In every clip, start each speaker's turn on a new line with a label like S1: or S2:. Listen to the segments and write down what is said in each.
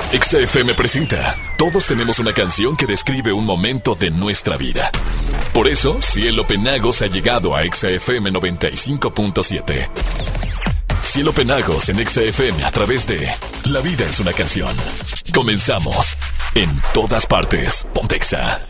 S1: XFM presenta. Todos tenemos una canción que describe un momento de nuestra vida. Por eso, Cielo Penagos ha llegado a XFM 95.7. Cielo Penagos en XFM a través de La vida es una canción. Comenzamos. En todas partes, Pontexa.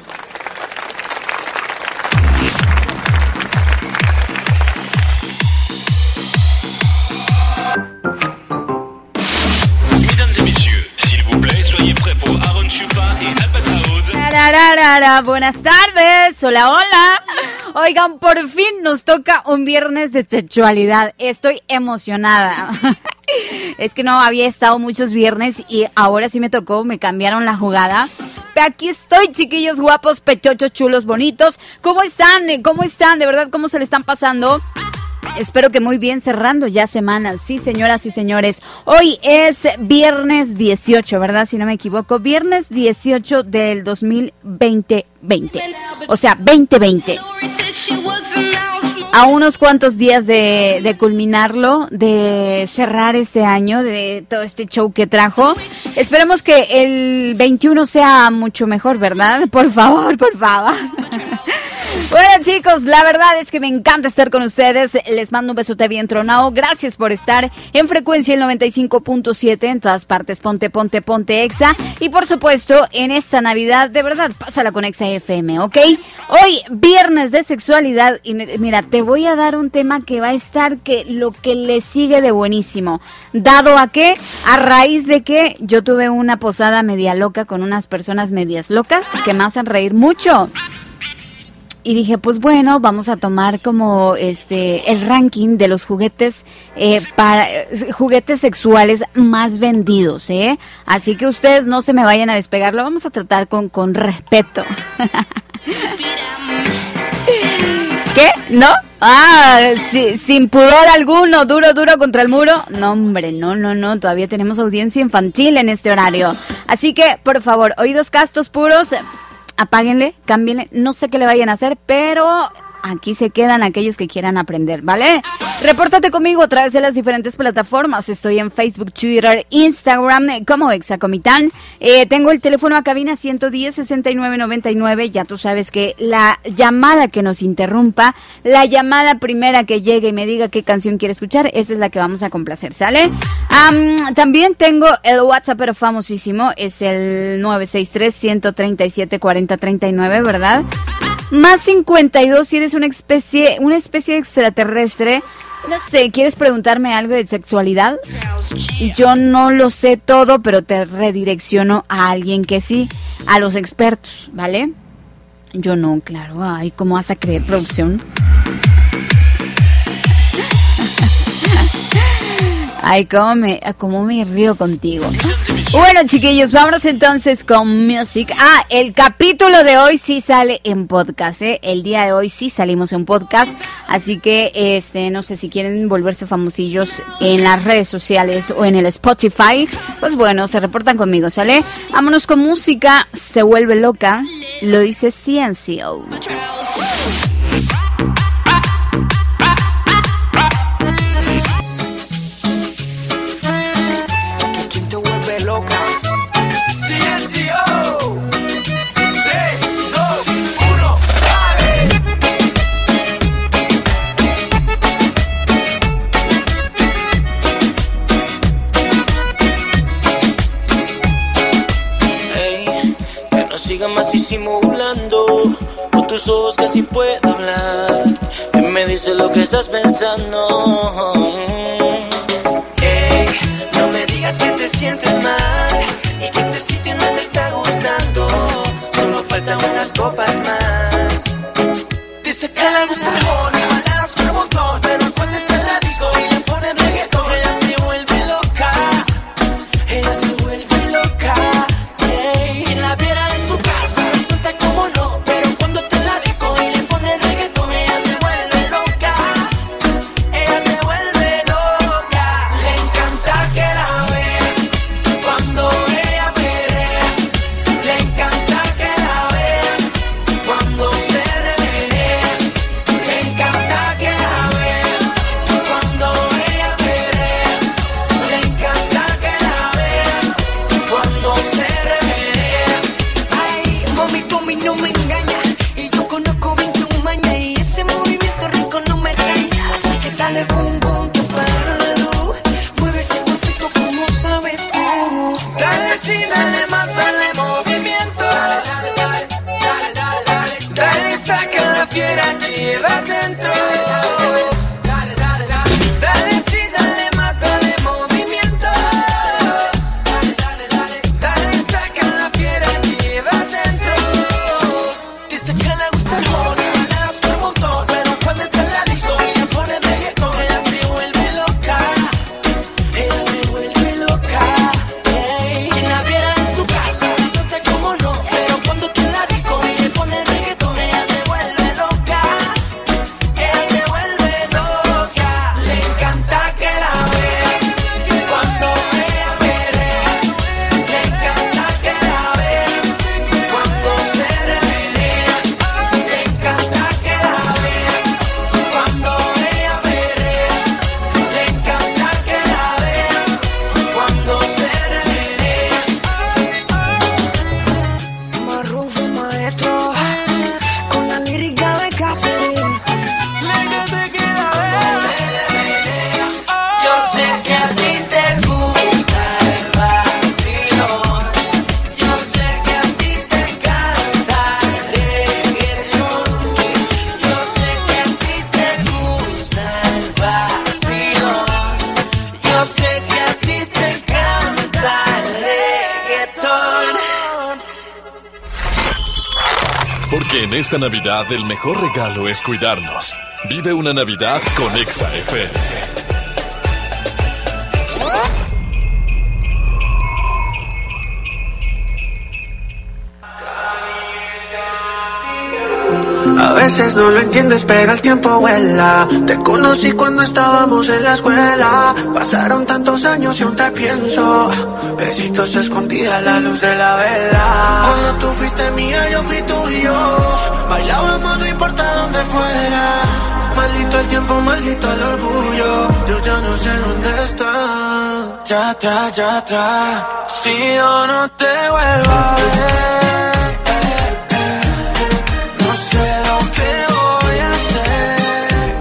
S2: Buenas tardes, hola, hola. Oigan, por fin nos toca un viernes de sexualidad. Estoy emocionada. Es que no había estado muchos viernes y ahora sí me tocó, me cambiaron la jugada. Aquí estoy, chiquillos guapos, pechochos, chulos, bonitos. ¿Cómo están? ¿Cómo están? De verdad, ¿cómo se le están pasando? Espero que muy bien, cerrando ya semanas. Sí, señoras y señores. Hoy es viernes 18, ¿verdad? Si no me equivoco. Viernes 18 del 2020. O sea, 2020. A unos cuantos días de culminarlo, de cerrar este año, de todo este show que trajo. Esperemos que el 21 sea mucho mejor, ¿verdad? Por favor, por favor. Bueno, chicos, la verdad es que me encanta estar con ustedes. Les mando un besote bien tronado. Gracias por estar en frecuencia el 95.7 en todas partes. Ponte Exa. Y por supuesto, en esta Navidad, de verdad, pásala con Exa FM, ¿ok? Hoy, viernes de sexualidad. Y mira, te voy a dar un tema que va a estar que lo que le sigue de buenísimo. ¿Dado a qué? A raíz de que yo tuve una posada media loca con unas personas medias locas que me hacen reír mucho. Y dije, pues bueno, vamos a tomar como el ranking de los juguetes para juguetes sexuales más vendidos, ¿eh? Así que ustedes no se me vayan a despegar, lo vamos a tratar con respeto. ¿Qué? ¿No? Sí, sin pudor alguno, duro contra el muro. No, hombre, no, todavía tenemos audiencia infantil en este horario. Así que, por favor, oídos castos puros. Apáguenle, cámbienle, no sé qué le vayan a hacer, pero aquí se quedan aquellos que quieran aprender, ¿vale? Repórtate conmigo a través de las diferentes plataformas. Estoy en Facebook, Twitter, Instagram, como Exacomitán. Tengo el teléfono a cabina 110-6999. Ya tú sabes que la llamada que nos interrumpa, la llamada primera que llegue y me diga qué canción quiere escuchar, esa es la que vamos a complacer, ¿sale? También tengo el WhatsApp, pero famosísimo, es el 963-137-4039, ¿verdad? Más 52 si eres una especie extraterrestre. No sé, ¿quieres preguntarme algo de sexualidad? Yo no lo sé todo, pero te redirecciono a alguien que sí, a los expertos, ¿vale? Yo no, claro. Ay, ¿cómo vas a creer, producción? Ay, cómo me río contigo. Bueno, chiquillos, vámonos entonces con music. El capítulo de hoy sí sale en podcast, ¿eh? El día de hoy sí salimos en podcast. Así que, no sé si quieren volverse famosillos en las redes sociales o en el Spotify. Pues bueno, se reportan conmigo, ¿sale? Vámonos con música. Se vuelve loca. Lo dice Ciencio.
S3: Más disimulando, con tus ojos casi puedo hablar. Y me dices lo que estás pensando. Hey, no me digas que te sientes mal y que este sitio no te está gustando. Solo faltan unas copas más. Dice que le gusta mejor y baladas por un montón, pero cuando está en la disco y le ponen reggaetón, ella se vuelve loca. Ella se vuelve loca. Hey, y la viera en su casa, resulta como no, pero cuando te la disco y le ponen reggaetón, ella se vuelve loca. Ella se vuelve loca. Le encanta que la vean cuando ella pelea. Le encanta que la vean
S1: Que en esta Navidad el mejor regalo es cuidarnos. Vive una Navidad con Exa FM.
S3: A veces no lo entiendes, pega el tiempo vuela. Te conocí cuando estábamos en la escuela. Pasaron tantos años y aún te pienso. Besitos escondidas a la luz de la vela. Cuando tú fuiste mía, yo fui tuyo. Bailábamos no importa dónde fuera. Maldito el tiempo, maldito el orgullo. Yo ya no sé dónde está. Ya atrás. Si yo no te vuelvo a ver, no sé lo que voy a hacer,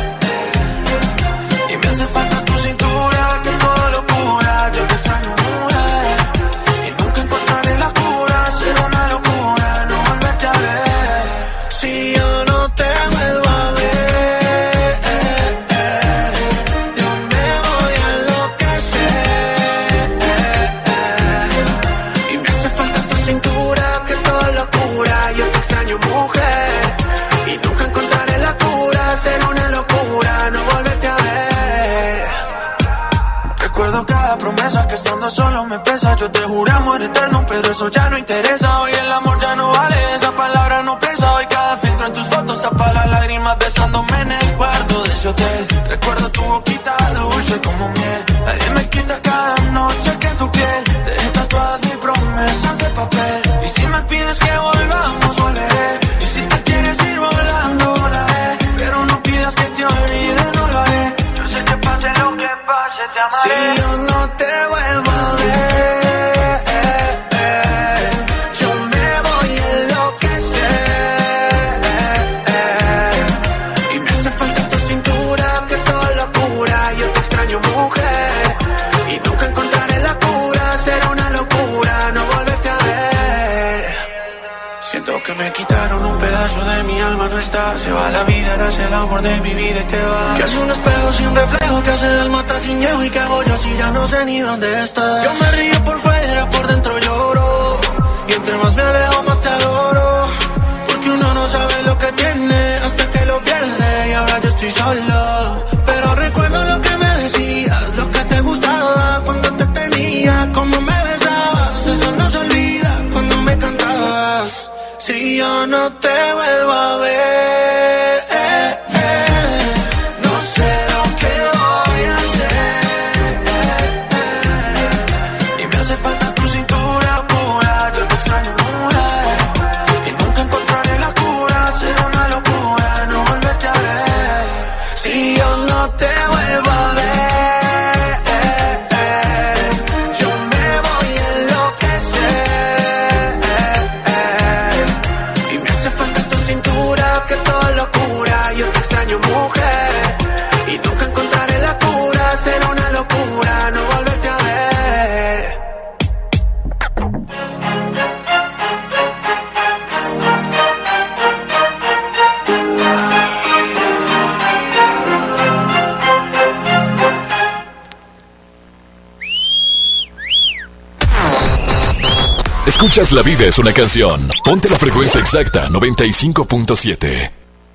S3: y me hace falta tu cintura, que todo lo cura. Yo te extraño, mujer, y nunca encontraré la cura. Será una locura no volverte a ver. Si yo no te vuelvo a ver, yo me voy a enloquecer, y me hace falta tu cintura, que todo lo cura. Yo te extraño, mujer, y nunca encontraré la cura. Será una locura no volverte a ver. Recuerdo cada promesa que estando solo me pesa. Yo te juré amor eterno, pero eso ya no interesa. Hoy el amor ya no vale, esa palabra no pesa. Hoy cada filtro en tus fotos tapa las lágrimas besándome en el cuarto de ese hotel. Recuerdo tu boquita dulce como miel. Nadie me quita cada noche que tu piel. Te dejé tatuadas mis promesas de papel. Y si me pides que volvamos, volveré. Y si te quieres ir volando, volaré. Pero no pidas que te olvide, no lo haré. Yo sé que pase lo que pase, te amaré. Si yo no te vuelvo a ver, yo me voy a enloquecer, y me hace falta tu cintura, que todo lo cura. Yo te extraño, mujer, y nunca encontraré la cura. Será una locura no volverte a ver. Siento que me quitaron un pedazo de mi alma, no está. Se va la vida, eras el amor de mi vida y te vas. Que hace un espejo sin reflejo, que hace del mata sin llevo. Y que hago yo si ya no sé ni dónde estás. Yo me río por fuera, por dentro lloro. Y entre más me alejo, más te adoro. Porque uno no sabe lo que tiene hasta que lo pierde. Y ahora yo estoy solo. Pero recuerdo lo que me decías, lo que te gustaba cuando te tenía, cómo me besabas. Eso no se olvida cuando me cantabas. Si yo no te vuelvo a ver, no sé lo que voy a hacer, y me hace falta tu cintura pura. Yo te extraño, mujer, y nunca encontraré la cura. Será una locura no volverte a ver. Si yo no te vuelvo a ver, yo me voy a enloquecer, y me hace falta tu cintura, que todo lo cura. Yo te extraño, mujer, y nunca encontraré la cura. Será una locura no volverte a ver.
S1: Escuchas La Vida es una canción. Ponte la frecuencia exacta, 95.7.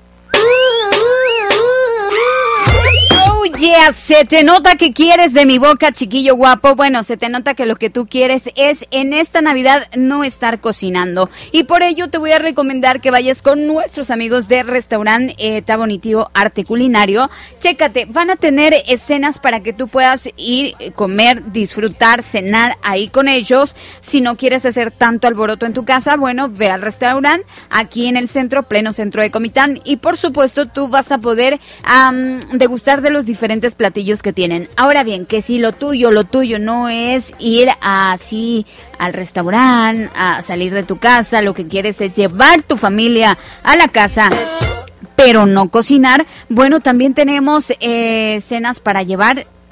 S2: Oh yeah, se te nota que quieres de mi boca, chiquillo guapo. Bueno, se te nota que lo que tú quieres es en esta Navidad no estar cocinando. Y por ello te voy a recomendar que vayas con nuestros amigos de restaurante Tabonitío Arte Culinario. Chécate, van a tener escenas para que tú puedas ir, comer, disfrutar, cenar ahí con ellos. Si no quieres hacer tanto alboroto en tu casa, bueno, ve al restaurante aquí en el centro, pleno centro de Comitán. Y por supuesto tú vas a poder degustar de los diferentes platillos que tienen. Ahora bien, que si lo tuyo no es ir así al restaurante, a salir de tu casa, lo que quieres es llevar tu familia a la casa, pero no cocinar, bueno, también tenemos cenas para llevar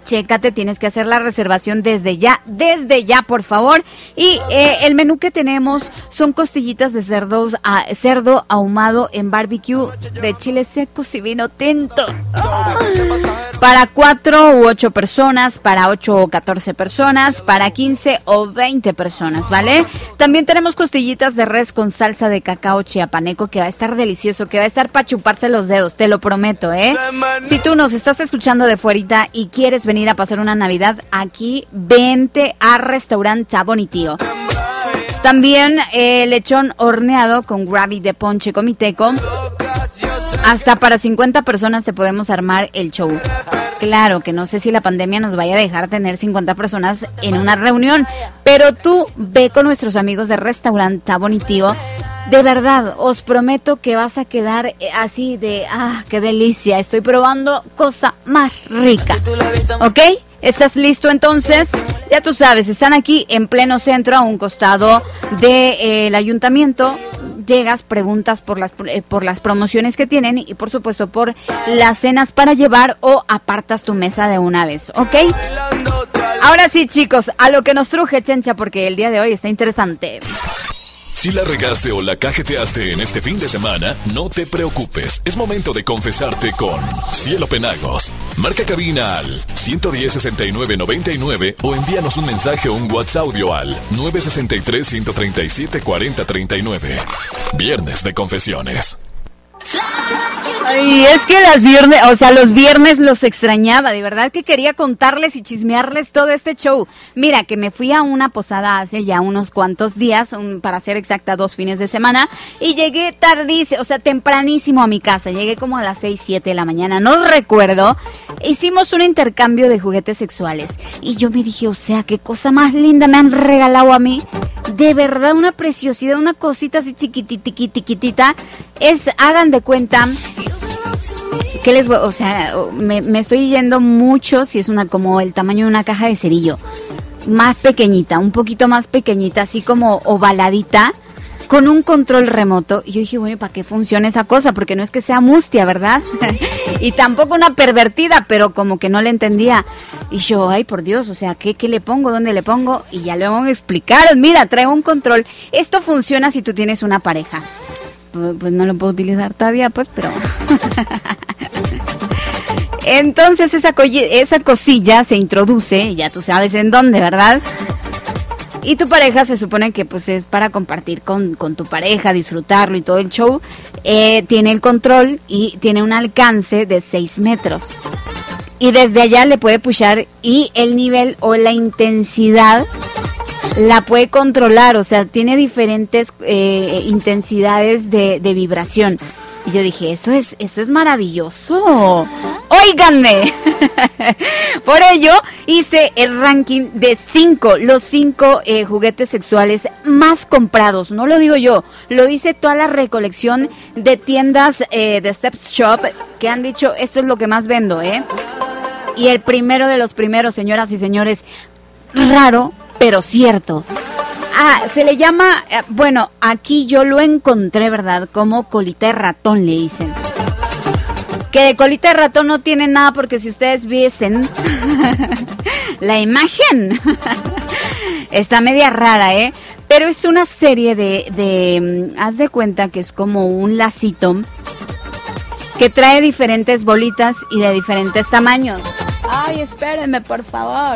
S2: Chécate, tienes que hacer la reservación desde ya, por favor. Y el menú que tenemos son costillitas de cerdo ahumado en barbecue de chiles secos y vino tinto. Para 4 u 8 personas, para 8 o 14 personas, para 15 o 20 personas, ¿vale? También tenemos costillitas de res con salsa de cacao chiapaneco, que va a estar delicioso, que va a estar para chuparse los dedos, te lo prometo, ¿eh? Si tú nos estás escuchando de fuerita y quieres venir a pasar una Navidad aquí, vente a Restaurante Bonitío. También lechón horneado con gravy de ponche comiteco. Hasta para 50 personas te podemos armar el show. Claro que no sé si la pandemia nos vaya a dejar tener 50 personas en una reunión, pero tú ve con nuestros amigos de Restaurante Bonitío. De verdad, os prometo que vas a quedar así de, qué delicia, estoy probando cosa más rica, ¿ok? ¿Estás listo entonces? Ya tú sabes, están aquí en pleno centro, a un costado del ayuntamiento. Llegas, preguntas por las promociones que tienen y por supuesto por las cenas para llevar o apartas tu mesa de una vez, ¿ok? Ahora sí, chicos, a lo que nos truje, Chencha, porque el día de hoy está interesante.
S1: Si la regaste o la cajeteaste en este fin de semana, no te preocupes. Es momento de confesarte con Cielo Penagos. Marca cabina al 110-69-99 o envíanos un mensaje o un WhatsApp audio al 963-137-4039. Viernes de confesiones.
S2: Ay, es que los viernes los extrañaba, de verdad que quería contarles y chismearles todo este show. Mira, que me fui a una posada hace ya unos cuantos días, para ser exacta 2 fines de semana, y llegué tardísimo, tempranísimo a mi casa, llegué como a las 6, 7 de la mañana, no recuerdo. Hicimos un intercambio de juguetes sexuales y yo me dije, qué cosa más linda me han regalado a mí. De verdad, una preciosidad, una cosita así chiquitita. Hagan de cuenta que me estoy yendo mucho, si es como el tamaño de una caja de cerillo, más pequeñita, un poquito más pequeñita, así como ovaladita, con un control remoto. Y yo dije, bueno, ¿para qué funciona esa cosa? Porque no es que sea mustia, ¿verdad? Y tampoco una pervertida, pero como que no le entendía. Y yo, ay, por Dios, ¿qué le pongo? ¿Dónde le pongo? Y ya luego me explicaron, mira, trae un control. Esto funciona si tú tienes una pareja. Pues no lo puedo utilizar todavía, pero... Entonces esa cosilla se introduce, ya tú sabes en dónde, ¿verdad? Y tu pareja se supone que es para compartir con tu pareja, disfrutarlo y todo el show. Tiene el control y tiene un alcance de 6 metros. Y desde allá le puede pushar y el nivel o la intensidad la puede controlar, tiene diferentes intensidades de vibración. Y yo dije, eso es maravilloso. ¡Óiganme! Por ello, hice el ranking de los 5 juguetes sexuales más comprados. No lo digo yo, lo hice toda la recolección de tiendas de Sex Shop que han dicho, esto es lo que más vendo, ¿eh? Y el primero de los primeros, señoras y señores, raro, pero cierto. Se le llama, aquí yo lo encontré, ¿verdad? Como colita de ratón le dicen. Que de colita de ratón no tiene nada, porque si ustedes viesen la imagen, está media rara, ¿eh? Pero es una serie de haz de cuenta que es como un lacito que trae diferentes bolitas y de diferentes tamaños. Ay, espérenme, por favor.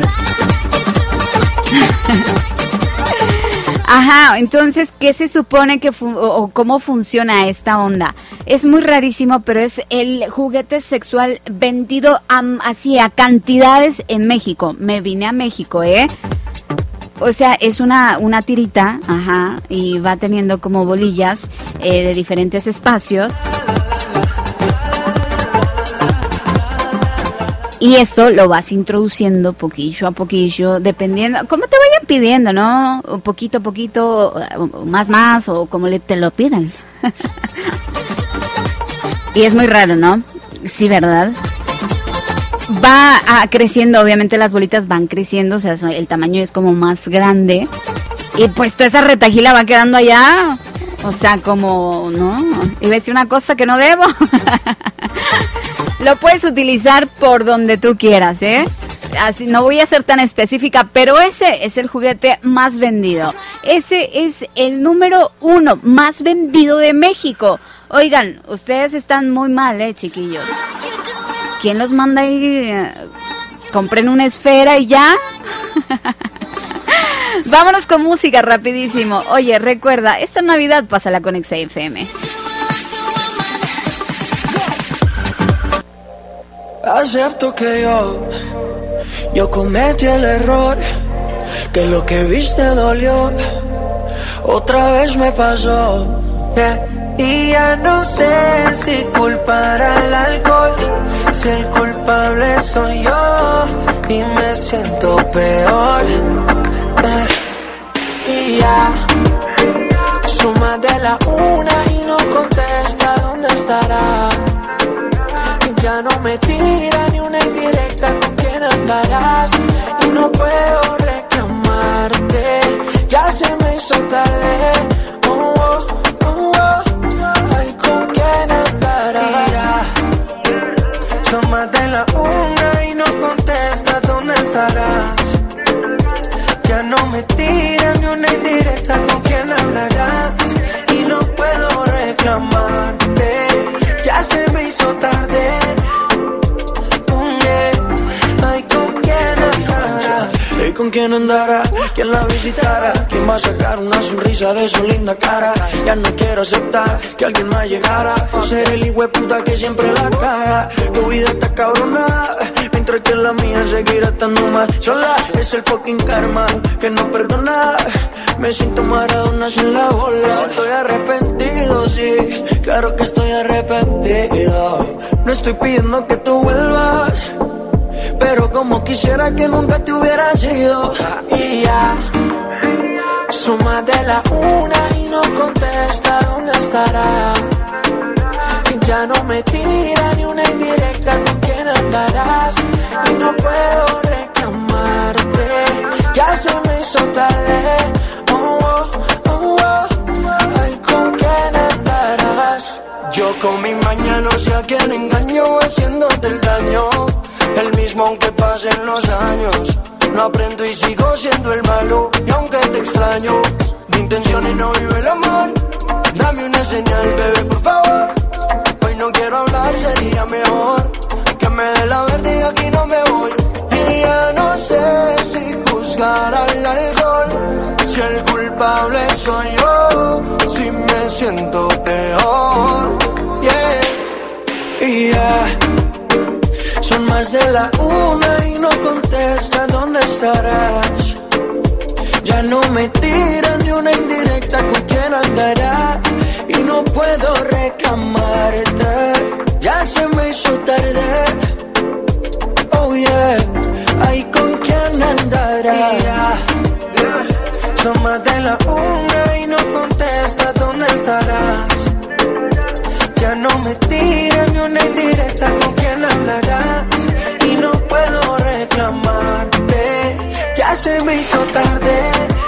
S2: Ajá, entonces, ¿qué se supone que o cómo funciona esta onda? Es muy rarísimo, pero es el juguete sexual vendido así a cantidades en México. Me vine a México, ¿eh? Es una tirita, ajá, y va teniendo como bolillas de diferentes espacios. Y eso lo vas introduciendo poquillo a poquillo, dependiendo, como te vayan pidiendo, ¿no? Poquito a poquito, más, o como te lo pidan. Y es muy raro, ¿no? Sí, ¿verdad? Va creciendo, obviamente las bolitas van creciendo, el tamaño es como más grande. Y pues toda esa retajila va quedando allá, como, ¿no? Iba a decir una cosa que no debo. Lo puedes utilizar por donde tú quieras, ¿eh? Así, no voy a ser tan específica, pero ese es el juguete más vendido. Ese es el número 1 más vendido de México. Oigan, ustedes están muy mal, chiquillos. ¿Quién los manda ahí? Compren una esfera y ya. Vámonos con música rapidísimo. Oye, recuerda, esta Navidad pásala con XFM.
S3: Acepto que yo cometí el error, que lo que viste dolió, otra vez me pasó, yeah. Y ya no sé si culpar al alcohol, si el culpable soy yo, y me siento peor, y ya, son más de la 1 y no contesta dónde estará. Ya no me tira ni una indirecta con quién andarás. Y no puedo reclamarte, ya se me hizo tarde. Oh, oh, oh, oh. Ay, con quién andarás. Son más de la 1 y no contesta dónde estarás. Ya no me tira ni una indirecta con quién hablarás. Y no puedo reclamarte, ya se me hizo tarde. ¿Con quién andará? ¿Quién la visitará? ¿Quién va a sacar una sonrisa de su linda cara? Ya no quiero aceptar que alguien más llegara por ser el hijueputa que siempre la caga. Tu vida está cabrona, mientras que la mía seguirá estando más sola. Es el fucking karma que no perdona. Me siento Maradona sin la bola. Estoy arrepentido, sí, claro que estoy arrepentido. No estoy pidiendo que tú vuelvas, pero como quisiera que nunca te hubieras ido. Y ya, son más de la 1 y no contesta dónde estará. Y ya no me tira ni una indirecta con quién andarás. Y no puedo reclamarte, ya se me hizo tarde. Oh, oh, oh, oh. Ay, ¿con quién andarás? Yo con mi mañana no sé a quién engaño, haciéndote el daño. El mismo aunque pasen los años, no aprendo y sigo siendo el malo. Y aunque te extraño, de intenciones no vive el amor. Dame una señal, bebé, por favor. Hoy no quiero hablar, sería mejor que me dé la verde y aquí no me voy. Y ya no sé si juzgar al alcohol, si el culpable soy yo, si me siento peor, yeah. Y ya, son más de la 1 y no contesta dónde estarás. Ya no me tiran ni una indirecta con quién andará. Y no puedo reclamarte, ya se me hizo tarde. Oh yeah, ay, ¿con quién andará? Yeah. Son más de la 1 y no contesta dónde estarás. Ya no me tiran ni una indirecta con quién hablarás. Y no puedo reclamarte, ya se me hizo tarde.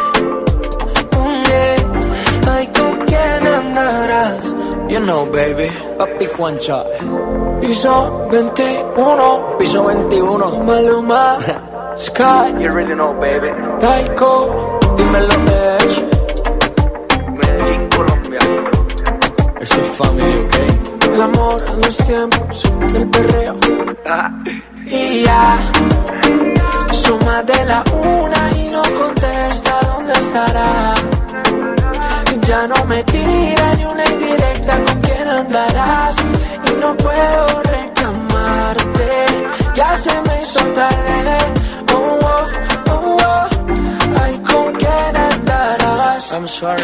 S3: Yeah. Ay, ¿con quién andarás? You know, baby, Papi Juancha. Piso 21, piso 21. Maluma, Sky. You really know, baby. Taiko, dímelo, bitch. Medellín, Colombia. Eso es familia, ¿ok? El amor en los tiempos del perreo. Y ya, suma de la 1 y no contesta dónde estará. Ya no me tira ni una indirecta con quién andarás. Y no puedo reclamarte, ya se me hizo tarde. Oh, oh, oh, oh. Ay, ¿con quién andarás? I'm sorry.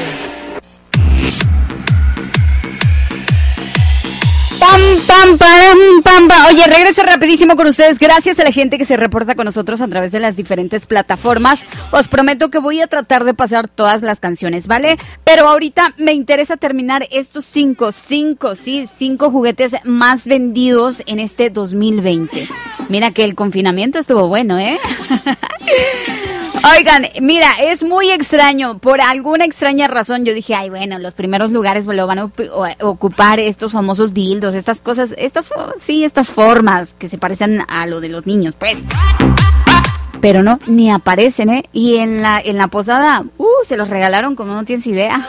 S2: Pam, pam, pam, pam, pam. Oye, regreso rapidísimo con ustedes. Gracias a la gente que se reporta con nosotros a través de las diferentes plataformas. Os prometo que voy a tratar de pasar todas las canciones, ¿vale? Pero ahorita me interesa terminar estos 5 juguetes más vendidos en este 2020. Mira que el confinamiento estuvo bueno, ¿eh? Oigan, mira, es muy extraño. Por alguna extraña razón yo dije, ay, bueno, los primeros lugares lo van a ocupar estos famosos dildos, estas cosas, estas formas que se parecen a lo de los niños, pues. Pero no, ni aparecen, ¿eh? Y en la posada, se los regalaron como no tienes idea.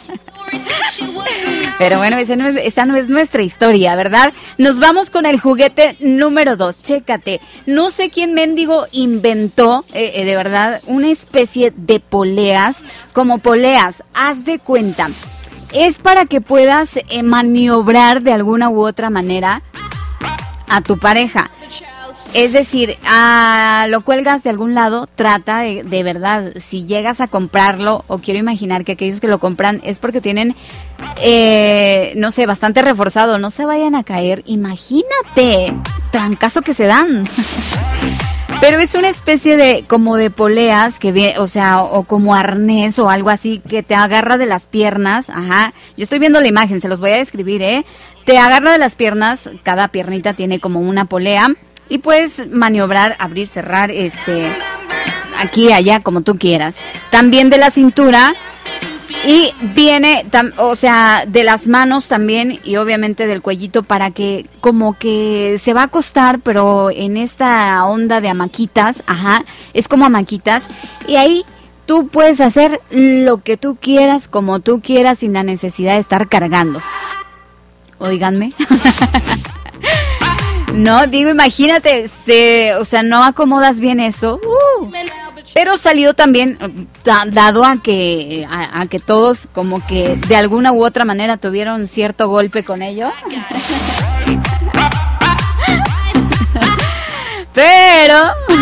S2: Pero bueno, esa no es nuestra historia, ¿verdad? Nos vamos con el juguete número 2. Chécate, no sé quién mendigo inventó, de verdad, una especie de poleas, como poleas, haz de cuenta. Es para que puedas maniobrar de alguna u otra manera a tu pareja. Es decir, lo cuelgas de algún lado, trata de verdad, si llegas a comprarlo, o quiero imaginar que aquellos que lo compran es porque tienen, no sé, bastante reforzado, no se vayan a caer, imagínate, trancazo que se dan. Pero es una especie de, como de poleas, o como arnés o algo así, que te agarra de las piernas, ajá, yo estoy viendo la imagen, se los voy a describir, te agarra de las piernas, cada piernita tiene como una polea, y puedes maniobrar, abrir, cerrar, aquí, allá, como tú quieras. También de la cintura, y viene, de las manos también, y obviamente del cuellito, para que como que se va a acostar, pero en esta onda de hamaquitas, ajá, es como hamaquitas, y ahí tú puedes hacer lo que tú quieras, como tú quieras, sin la necesidad de estar cargando. Óiganme. No, digo, imagínate, no acomodas bien eso, pero salió también, dado a que todos como que de alguna u otra manera tuvieron cierto golpe con ello. Pero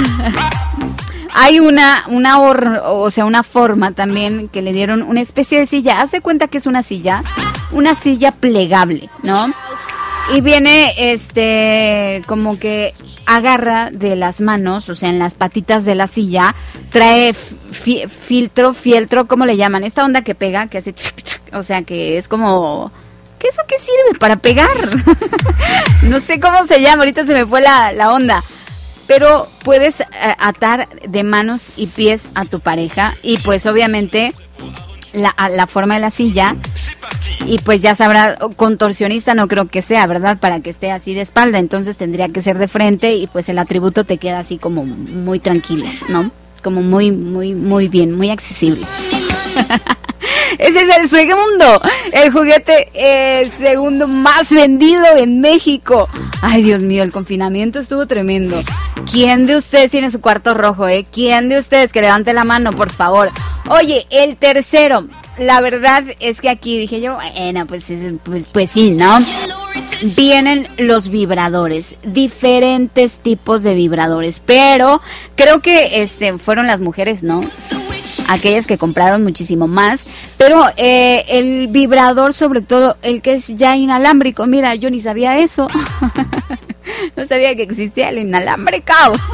S2: hay una forma también que le dieron una especie de silla. Haz de cuenta que es una silla plegable, ¿no? Y viene, como que agarra de las manos, o sea, en las patitas de la silla, trae fieltro, ¿cómo le llaman? Esta onda que pega, que hace, o sea, que es como, ¿qué eso qué sirve? Para pegar. No sé cómo se llama, ahorita se me fue la onda. Pero puedes atar de manos y pies a tu pareja, y pues obviamente la forma de la silla, y pues ya sabrá, contorsionista no creo que sea, ¿verdad? Para que esté así de espalda, entonces tendría que ser de frente, y pues el atributo te queda así como muy tranquilo, ¿no? Como muy, muy, muy bien, muy accesible. Ese es el segundo, el juguete segundo más vendido en México. Ay, Dios mío, el confinamiento estuvo tremendo. ¿Quién de ustedes tiene su cuarto rojo, ¿Quién de ustedes? Que levante la mano, por favor. Oye, el tercero, la verdad es que aquí dije yo, bueno, pues sí, ¿no? Vienen los vibradores, diferentes tipos de vibradores, pero creo que fueron las mujeres, ¿no? Aquellas que compraron muchísimo más, pero el vibrador, sobre todo el que es ya inalámbrico, mira, yo ni sabía eso. No sabía que existía el inalámbrico.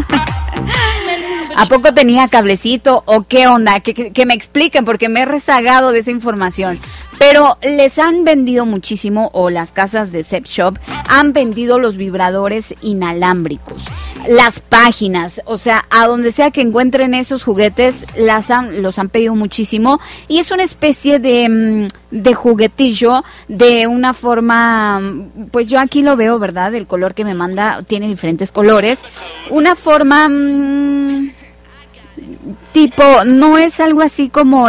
S2: ¿A poco tenía cablecito o qué onda? Que me expliquen, porque me he rezagado de esa información. Pero les han vendido muchísimo, o las casas de sex shop han vendido los vibradores inalámbricos. Las páginas, o sea, a donde sea que encuentren esos juguetes, los han pedido muchísimo. Y es una especie de juguetillo de una forma, pues yo aquí lo veo, ¿verdad? El color que me manda tiene diferentes colores. Una forma tipo, no es algo así como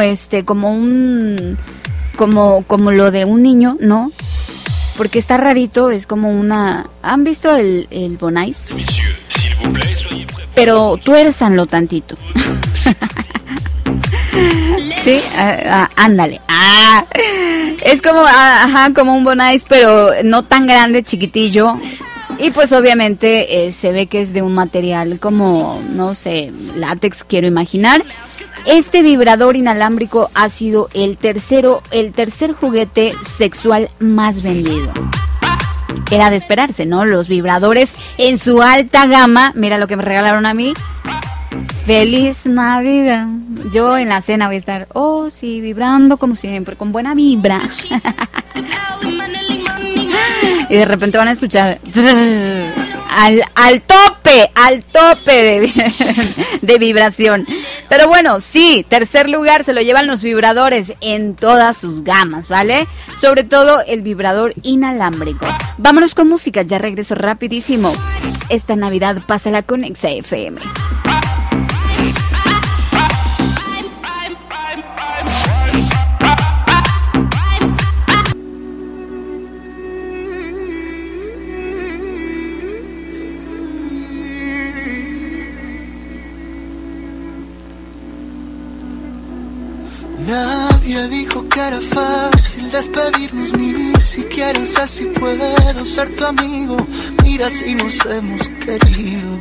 S2: como lo de un niño, ¿no? Porque está rarito, es como una... ¿Han visto el Bonais? Pero tuérzanlo tantito. Sí, ándale. Es como, como un Bonais, pero no tan grande, chiquitillo. Y pues obviamente se ve que es de un material como, no sé, látex, quiero imaginar. Este vibrador inalámbrico ha sido el tercer juguete sexual más vendido. Era de esperarse, ¿no? Los vibradores en su alta gama. Mira lo que me regalaron a mí. ¡Feliz Navidad! Yo en la cena voy a estar, sí, vibrando como siempre, con buena vibra. Y de repente van a escuchar al tope de vibración. Pero bueno, sí, tercer lugar se lo llevan los vibradores en todas sus gamas, ¿vale? Sobre todo el vibrador inalámbrico. Vámonos con música, ya regreso rapidísimo. Esta Navidad pásala con XFM.
S3: Nadie dijo que era fácil despedirnos, ni siquiera sé si puedo ser tu amigo. Mira si nos hemos querido.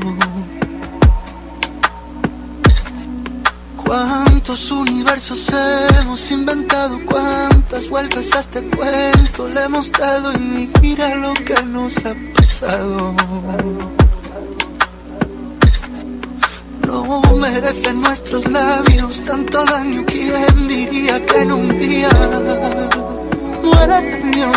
S3: Cuántos universos hemos inventado, cuántas vueltas a este cuento le hemos dado, y mira lo que nos ha pasado. No merecen nuestros labios tanto daño. ¿Quién diría que en un día muera Dios?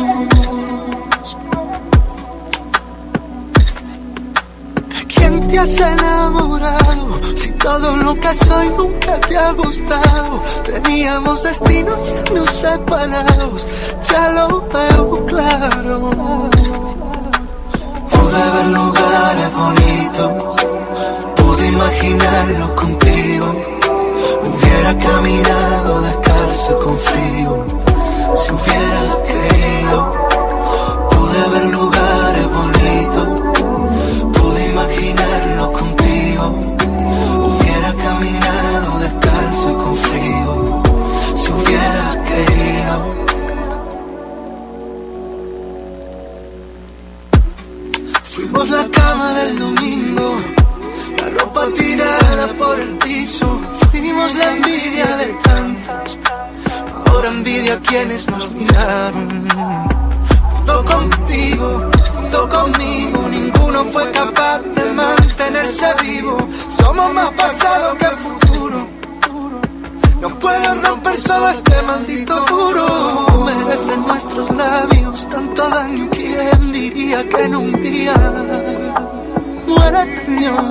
S3: ¿De quién te has enamorado? Si todo lo que soy nunca te ha gustado. Teníamos destino yendo separados, ya lo veo claro. Pude ver lugares bonitos, imaginarlo contigo. Hubiera caminado descalzo con frío si hubieras querido. Pude ver lugares bonitos, pude imaginarlo contigo. Hubiera caminado descalzo con frío si hubieras querido. Fuimos la cama del domingo, la ropa tirada por el piso. Fuimos la envidia de tantos, ahora envidia a quienes nos miraron. Todo contigo, todo conmigo, ninguno fue capaz de mantenerse vivo. Somos más pasado que futuro, no puedo romper solo este maldito muro. Merecen nuestros labios tanto daño. ¿Quién diría que en un día muera Dios?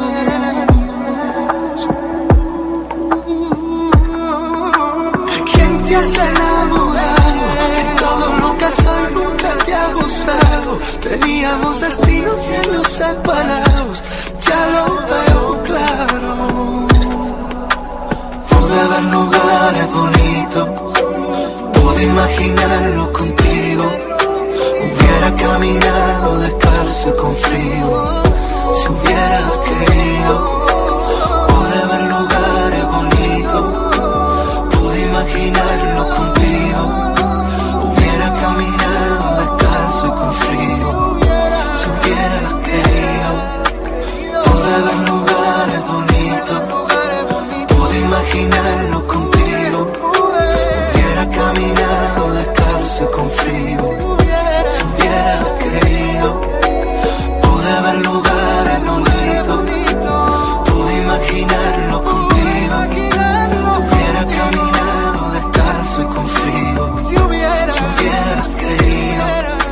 S3: ¿De quién te has enamorado? Si todo lo que soy nunca te ha gustado. Teníamos destino yendo separados, ya lo veo claro. Pude ver lugares bonitos, pude imaginarlo contigo. Hubiera caminado descalzo con frío si hubieras querido. Pude ver lugares bonitos, pude imaginarlo contigo. Hubiera caminado descalzo con frío si hubieras querido. Pude ver lugares bonitos, pude imaginarlo contigo. Hubiera caminado descalzo con frío si hubieras querido. Pude ver lugares bonitos, pude imaginarlo contigo. Hubiera caminado descalzo y con frío si hubieras querido.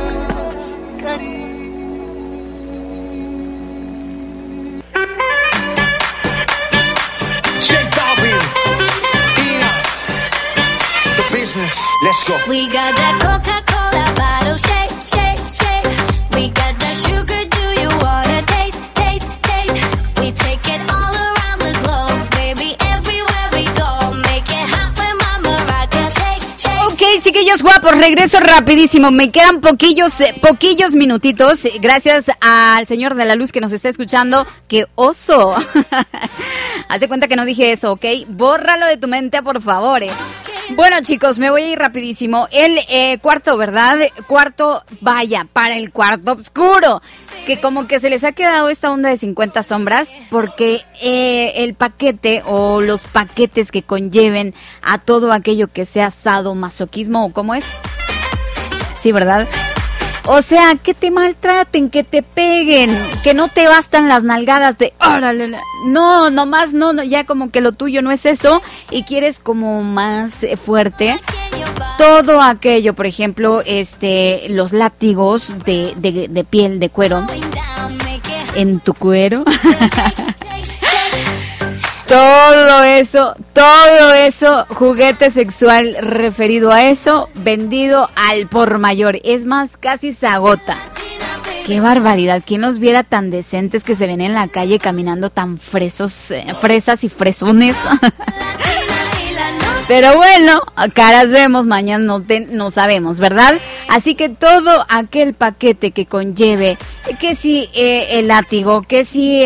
S4: J Balvin, Ina, The Business, let's go.
S5: We got that Coca-Cola bottle, shake, shake, shake. We got that sugar, do you wanna taste, taste, taste? We take it all around the globe, baby, everywhere we go. Make it hot with Mama Rocka, shake, shake.
S2: Ok, chiquillos guapos, regreso rapidísimo. Me quedan poquillos minutitos. Gracias al señor de la luz que nos está escuchando. ¡Qué oso! Hazte cuenta que no dije eso, ¿ok? Bórralo de tu mente, por favor, Bueno, chicos, me voy a ir rapidísimo. El cuarto, ¿verdad? Cuarto, vaya, para el cuarto oscuro. Que como que se les ha quedado esta onda de 50 sombras. Porque el paquete o los paquetes que conlleven a todo aquello que sea sadomasoquismo, ¿o cómo es? Sí, ¿verdad? O sea, que te maltraten, que te peguen, que no te bastan las nalgadas de órale. No, nomás no, ya como que lo tuyo no es eso y quieres como más fuerte. Todo aquello, por ejemplo, los látigos de piel, de cuero, en tu cuero. Todo eso, juguete sexual referido a eso, vendido al por mayor. Es más, casi se agota. Qué barbaridad, ¿quién los viera tan decentes que se ven en la calle caminando tan fresas y fresones? Pero bueno, caras vemos, mañana no sabemos, ¿verdad? Así que todo aquel paquete que conlleve, que si el látigo, que si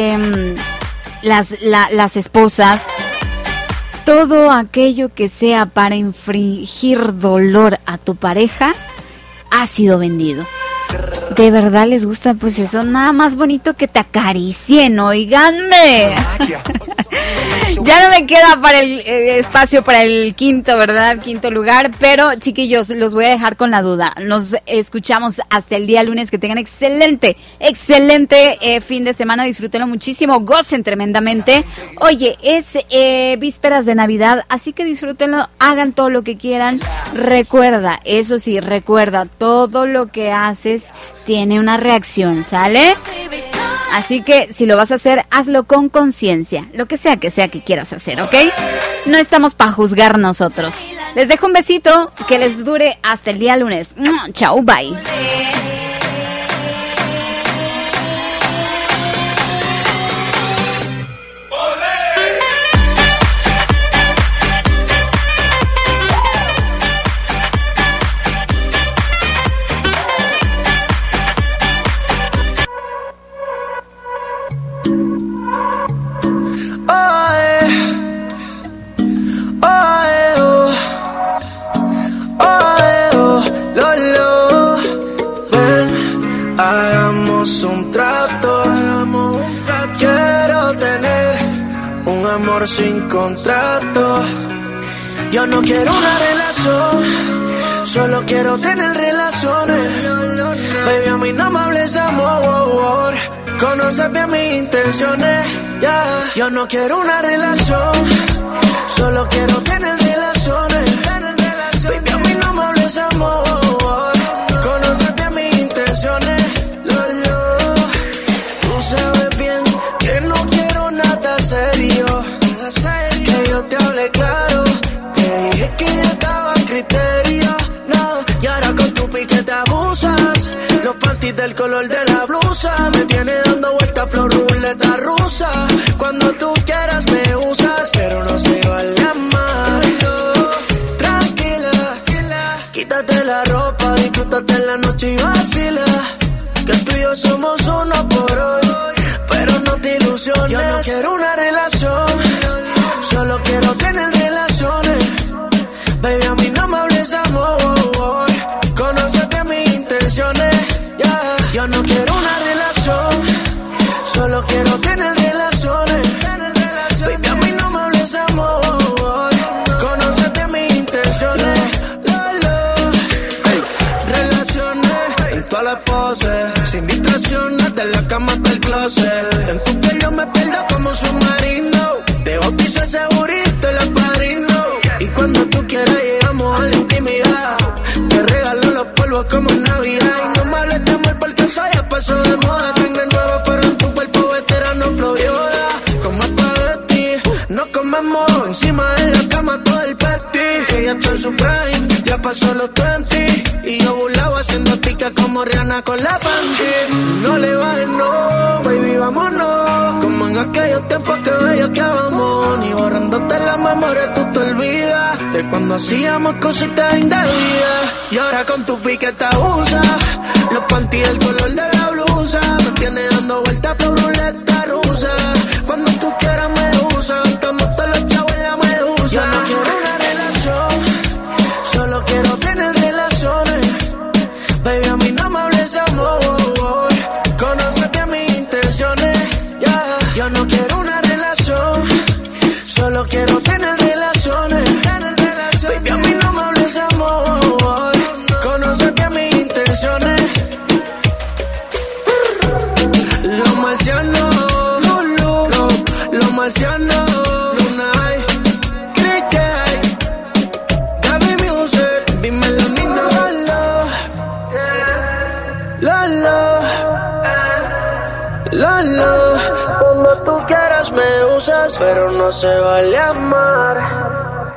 S2: las esposas, todo aquello que sea para infligir dolor a tu pareja, ha sido vendido. ¿De verdad les gusta? Pues eso, nada más bonito que te acaricien, oíganme. Ya no me queda para el espacio para el quinto, ¿verdad? Quinto lugar, pero chiquillos, los voy a dejar con la duda. Nos escuchamos hasta el día lunes, que tengan excelente fin de semana, disfrútenlo muchísimo, gocen tremendamente. Oye, es vísperas de Navidad, así que disfrútenlo, hagan todo lo que quieran. Recuerda, eso sí, todo lo que haces tiene una reacción, ¿sale? Así que si lo vas a hacer, hazlo con conciencia, lo que sea que quieras hacer, ¿ok? No estamos para juzgar nosotros. Les dejo un besito que les dure hasta el día lunes. Chao, bye.
S3: Sin contrato, yo no quiero una relación, solo quiero tener relaciones. Baby, a mí no me hables de amor, conoces bien mis intenciones, yeah. Yo no quiero una relación, solo quiero tener relaciones. Baby, a mí no me hables de amor, conoces bien mis intenciones. Tú sabes bien que no quiero nada serio, que yo te hablé claro, te dije que yo estaba a criterio, no, y ahora con tu pique te abusas, los panties del color de la blusa, me tienes dando vueltas flor ruleta rusa, cuando tú quieras me usas, pero no se vale amar, tranquila, quítate la ropa, disfrútate la noche y vacila, que tú y yo somos uno por hoy, pero no te ilusiones, yo no quiero una relación, solo quiero tener relaciones. Baby, a mí no me hables de amor, conoces bien mis intenciones, yeah. Yo no quiero una relación, solo quiero tener relaciones. Baby, a mí no me hables de amor, conoces bien mis intenciones. Hey, relaciones en todas las poses, sin distracciones, de la cama hasta el closet. En tu piel yo me pierdo como submarino, te bautizo ese burrito, el padrino. Y cuando tú quieras llegamos a la intimidad, te regalo los polvos como en Navidad. Y no me hables de amor porque eso ya pasó de moda. Sangre nueva pero en tu cuerpo veterano flow Yoda. Como espagueti, no comemos encima de la cama todo el peti. Que ya está en su prime, ya pasó los 20. Y yo burlado haciendo tica como Rihanna con la panty. No le bajes, no, baby, vámonos. Como en aquellos tiempos que bello que vamos. Ni borrándote la memoria tú te olvidas de cuando hacíamos cositas indebidas. Y ahora con tu pique te abusa, los panties del color de la blusa, me tienes dando vueltas por ruleta rusa. Cuando tú quieras me usas, estamos todos los chavos en la medusa. Yo no quiero una relación, solo quiero tener relaciones. Baby, a mí no me hables de amor, conoces bien mis intenciones, yeah. Yo no quiero una relación, solo quiero tener relaciones. Baby, a mí no me hables de amor, conoces bien mis intenciones. Los marcianos, Lulu, Cuando tú quieras me usas, pero no se vale amar.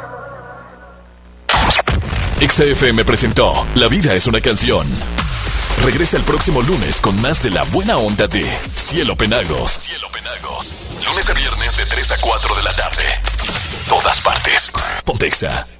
S1: XFM presentó La vida es una canción. Regresa el próximo lunes con más de la buena onda de Cielo Penagos. Cielo Penagos. Lunes a viernes de 3 a 4 de la tarde. Todas partes. Pontexa.